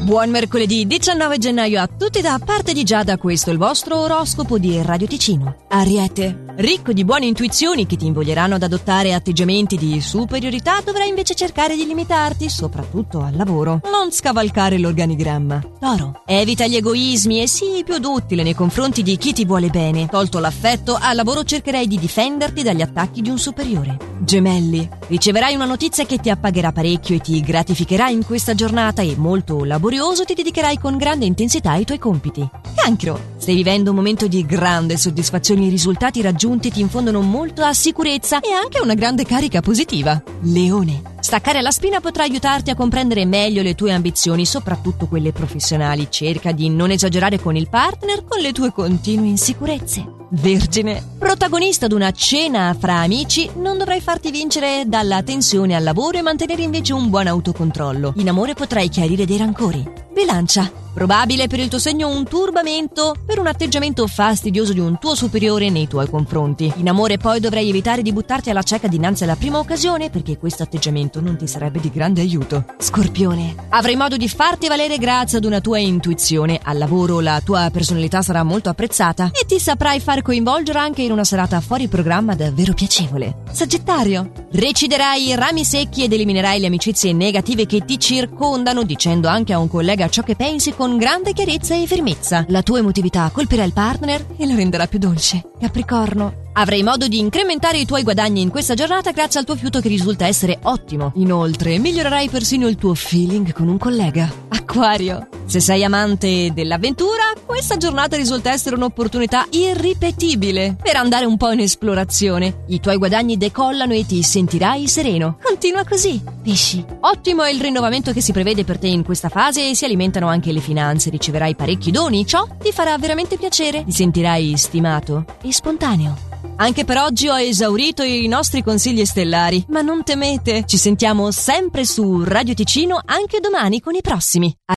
Buon mercoledì 19 gennaio a tutti da parte di Giada, questo è il vostro oroscopo di Radio Ticino. Ariete, ricco di buone intuizioni che ti invoglieranno ad adottare atteggiamenti di superiorità, dovrai invece cercare di limitarti, soprattutto al lavoro. Non scavalcare l'organigramma. Toro, evita gli egoismi e sii più duttile nei confronti di chi ti vuole bene. Tolto l'affetto, al lavoro cercherai di difenderti dagli attacchi di un superiore. Gemelli, riceverai una notizia che ti appagherà parecchio e ti gratificherà in questa giornata e molto laborioso ti dedicherai con grande intensità ai tuoi compiti. Cancro, stai vivendo un momento di grande soddisfazione, i risultati raggiunti ti infondono molta sicurezza e anche una grande carica positiva. Leone, staccare la spina potrà aiutarti a comprendere meglio le tue ambizioni, soprattutto quelle professionali. Cerca di non esagerare con il partner con le tue continue insicurezze. Vergine, protagonista di una cena fra amici, non dovrai farti vincere dalla tensione al lavoro e mantenere invece un buon autocontrollo. In amore potrai chiarire dei rancori. Bilancia, probabile per il tuo segno un turbamento per un atteggiamento fastidioso di un tuo superiore nei tuoi confronti. In amore poi dovrai evitare di buttarti alla cieca dinanzi alla prima occasione, perché questo atteggiamento non ti sarebbe di grande aiuto. Scorpione, avrai modo di farti valere grazie ad una tua intuizione. Al lavoro la tua personalità sarà molto apprezzata e ti saprai far coinvolgere anche in una serata fuori programma davvero piacevole. Sagittario, reciderai i rami secchi ed eliminerai le amicizie negative che ti circondano, dicendo anche a un collega ciò che pensi con grande chiarezza e fermezza. La tua emotività colpirà il partner e lo renderà più dolce. Capricorno, avrai modo di incrementare i tuoi guadagni in questa giornata grazie al tuo fiuto che risulta essere ottimo. Inoltre, migliorerai persino il tuo feeling con un collega. Acquario, se sei amante dell'avventura, questa giornata risulta essere un'opportunità irripetibile per andare un po' in esplorazione. I tuoi guadagni decollano e ti sentirai sereno. Continua così. Pesci, ottimo è il rinnovamento che si prevede per te in questa fase e si alimentano anche le finanze. Riceverai parecchi doni, ciò ti farà veramente piacere. Ti sentirai stimato e spontaneo. Anche per oggi ho esaurito i nostri consigli stellari, ma non temete, ci sentiamo sempre su Radio Ticino anche domani con i prossimi.